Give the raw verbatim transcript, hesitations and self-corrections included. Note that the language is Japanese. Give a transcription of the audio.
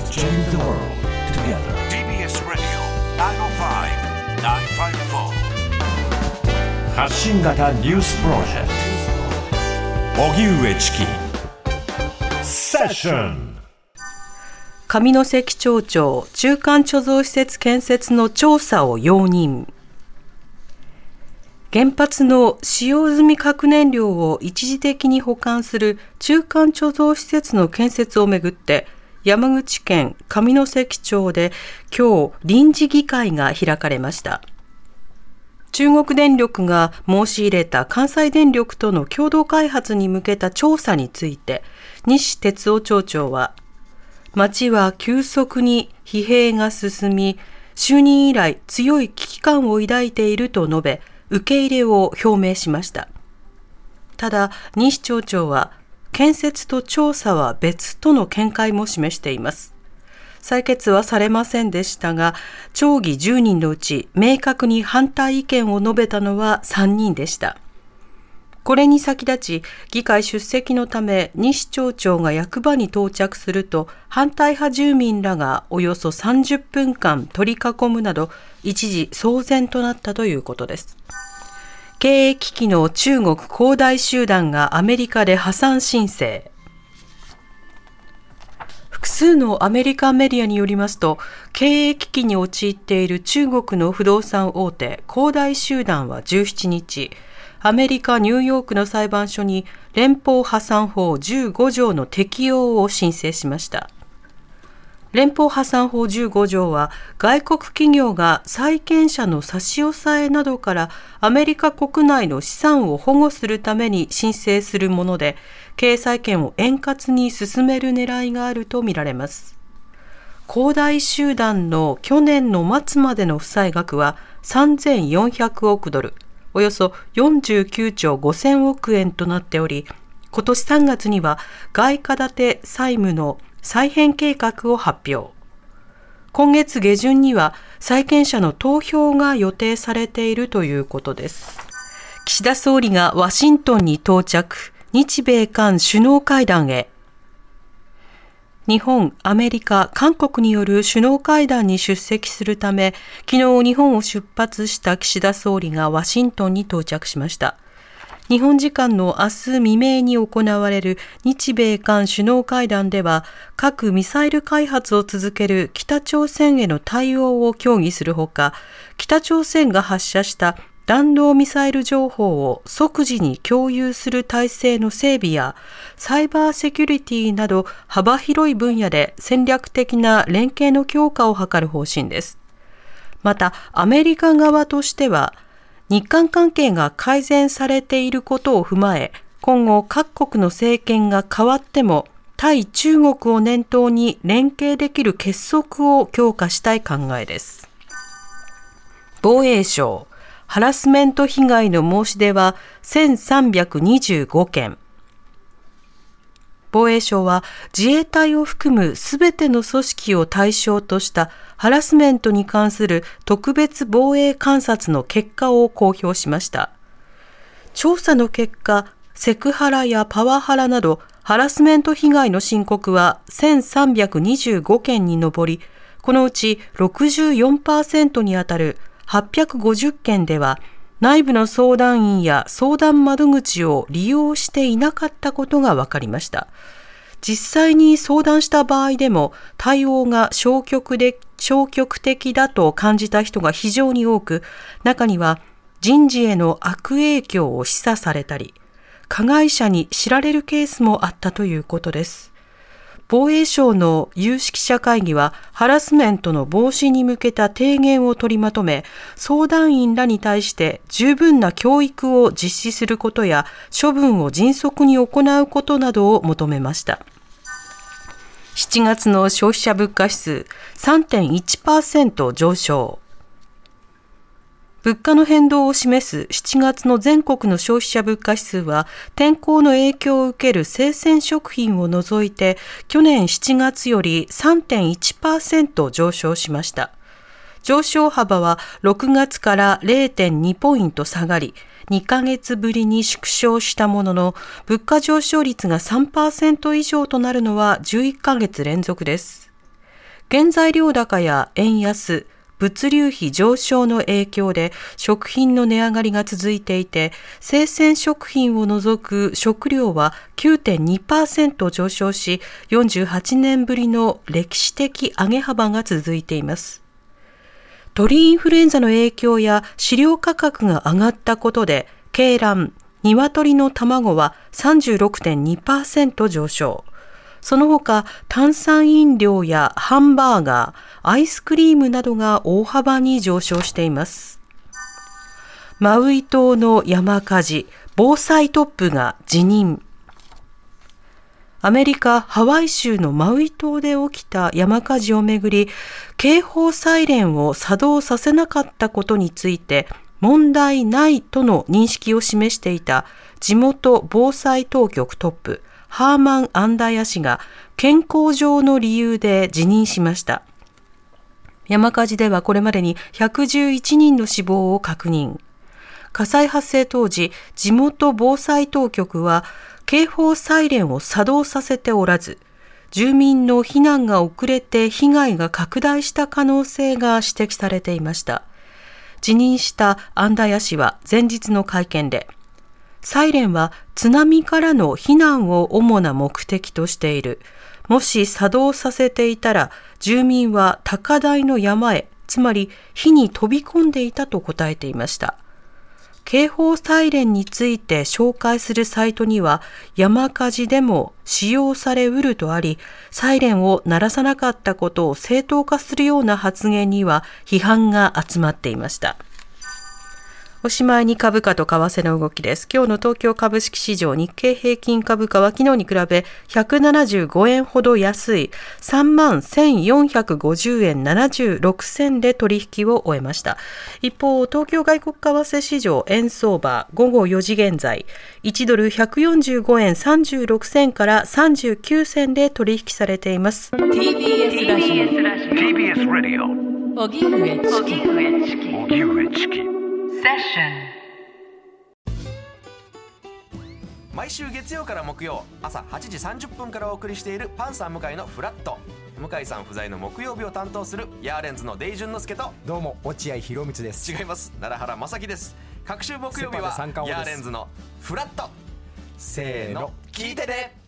Let's change the world together. ティービーエス Radio きゅうまるご きゅうごよん。 発信型ニュースプロジェクト荻上チキセッション。 上関町長中間貯蔵施設建設の調査を容認。原発の使用済み核燃料を一時的に保管する中間貯蔵施設の建設をめぐって山口県上関町で今日臨時議会が開かれました。中国電力が申し入れた関西電力との共同開発に向けた調査について西哲夫町長は、町は急速に疲弊が進み、就任以来強い危機感を抱いていると述べ、受け入れを表明しました。ただ、西町長は、建設と調査は別との見解も示しています。採決はされませんでしたが、町議じゅうにんのうち明確に反対意見を述べたのはさんにんでした。これに先立ち、議会出席のため西町長が役場に到着すると、反対派住民らがおよそさんじゅっぷんかん取り囲むなど、一時騒然となったということです。経営危機の中国恒大集団がアメリカで破産申請。複数のアメリカメディアによりますと、経営危機に陥っている中国の不動産大手恒大集団はじゅうしちにち、アメリカ・ニューヨークの裁判所に連邦破産法じゅうごじょうの適用を申請しました。連邦破産法じゅうごじょうは、外国企業が債権者の差し押さえなどからアメリカ国内の資産を保護するために申請するもので、経営再建を円滑に進める狙いがあるとみられます。恒大集団の去年の末までの負債額はさんぜんよんひゃくおくドル、およそよんじゅうきゅうちょうごせんおくえんとなっており、今年さんがつには外貨建て債務の再編計画を発表。今月下旬には債権者の投票が予定されているということです。岸田総理がワシントンに到着、日米韓首脳会談へ。日本、アメリカ、韓国による首脳会談に出席するため、昨日日本を出発した岸田総理がワシントンに到着しました。日本時間の明日未明に行われる日米韓首脳会談では、核・ミサイル開発を続ける北朝鮮への対応を協議するほか、北朝鮮が発射した弾道ミサイル情報を即時に共有する体制の整備や、サイバーセキュリティなど幅広い分野で戦略的な連携の強化を図る方針です。また、アメリカ側としては、日韓関係が改善されていることを踏まえ、今後各国の政権が変わっても、対中国を念頭に連携できる結束を強化したい考えです。防衛省、ハラスメント被害の申し出はせんさんびゃくにじゅうごけん。防衛省は自衛隊を含むすべての組織を対象としたハラスメントに関する特別防衛監察の結果を公表しました。調査の結果、セクハラやパワハラなどハラスメント被害の申告はせんさんびゃくにじゅうごけんに上り、このうち ろくじゅうよんパーセント にあたるはっぴゃくごじゅっけんでは、内部の相談員や相談窓口を利用していなかったことが分かりました。実際に相談した場合でも対応が消極で、消極的だと感じた人が非常に多く、中には人事への悪影響を示唆されたり、加害者に知られるケースもあったということです。防衛省の有識者会議はハラスメントの防止に向けた提言を取りまとめ、相談員らに対して十分な教育を実施することや処分を迅速に行うことなどを求めました。しちがつの消費者物価指数 さんてんいちパーセント 上昇。物価の変動を示すしちがつの全国の消費者物価指数は、天候の影響を受ける生鮮食品を除いて、去年しちがつより さんてんいちパーセント 上昇しました。上昇幅はろくがつから れいてんにポイント下がり、にかげつぶりに縮小したものの、物価上昇率が さんパーセント 以上となるのはじゅういっかげつ連続です。 原材料高や円安、物流費上昇の影響で食品の値上がりが続いていて、生鮮食品を除く食料は きゅうてんにパーセント 上昇し、よんじゅうはちねんぶりの歴史的上げ幅が続いています。鳥インフルエンザの影響や飼料価格が上がったことで、鶏卵、鶏の卵は さんじゅうろくてんにパーセント 上昇。その他、炭酸飲料やハンバーガー、アイスクリームなどが大幅に上昇しています。マウイ島の山火事、防災トップが辞任。アメリカ・ハワイ州のマウイ島で起きた山火事をめぐり、警報サイレンを作動させなかったことについて、問題ないとの認識を示していた地元防災当局トップ、ハーマン・アンダヤ氏が健康上の理由で辞任しました。山火事ではこれまでにひゃくじゅういちにんの死亡を確認。火災発生当時、地元防災当局は警報サイレンを作動させておらず、住民の避難が遅れて被害が拡大した可能性が指摘されていました。辞任したアンダヤ氏は前日の会見で、サイレンは津波からの避難を主な目的としている。もし作動させていたら、住民は高台の山へ、つまり火に飛び込んでいたと答えていました。警報サイレンについて紹介するサイトには、山火事でも使用されうるとあり、サイレンを鳴らさなかったことを正当化するような発言には批判が集まっていました。おしまいに株価と為替の動きです。今日の東京株式市場、日経平均株価は昨日に比べひゃくななじゅうごえんほど安い さんまんせんよんひゃくごじゅうえんななじゅうろくせんで取引を終えました。一方、東京外国為替市場円相場、午後よじ現在、いちドルひゃくよんじゅうごえんさんじゅうろくせんからさんじゅうきゅうせんで取引されています。 ティービーエス ラジオ ティービーエス ラジオ荻上チキ荻上チキセッション。 毎週月曜から木曜朝はちじさんじゅっぷんからお送りしているパンサー向井のフラット。向井さん不在の木曜日を担当するヤーレンズのデイジュンの之介と、 どうも落合博満です。 違います、奈良原正樹です。各週木曜日はヤーレンズのフラット。せーの、聞いてね。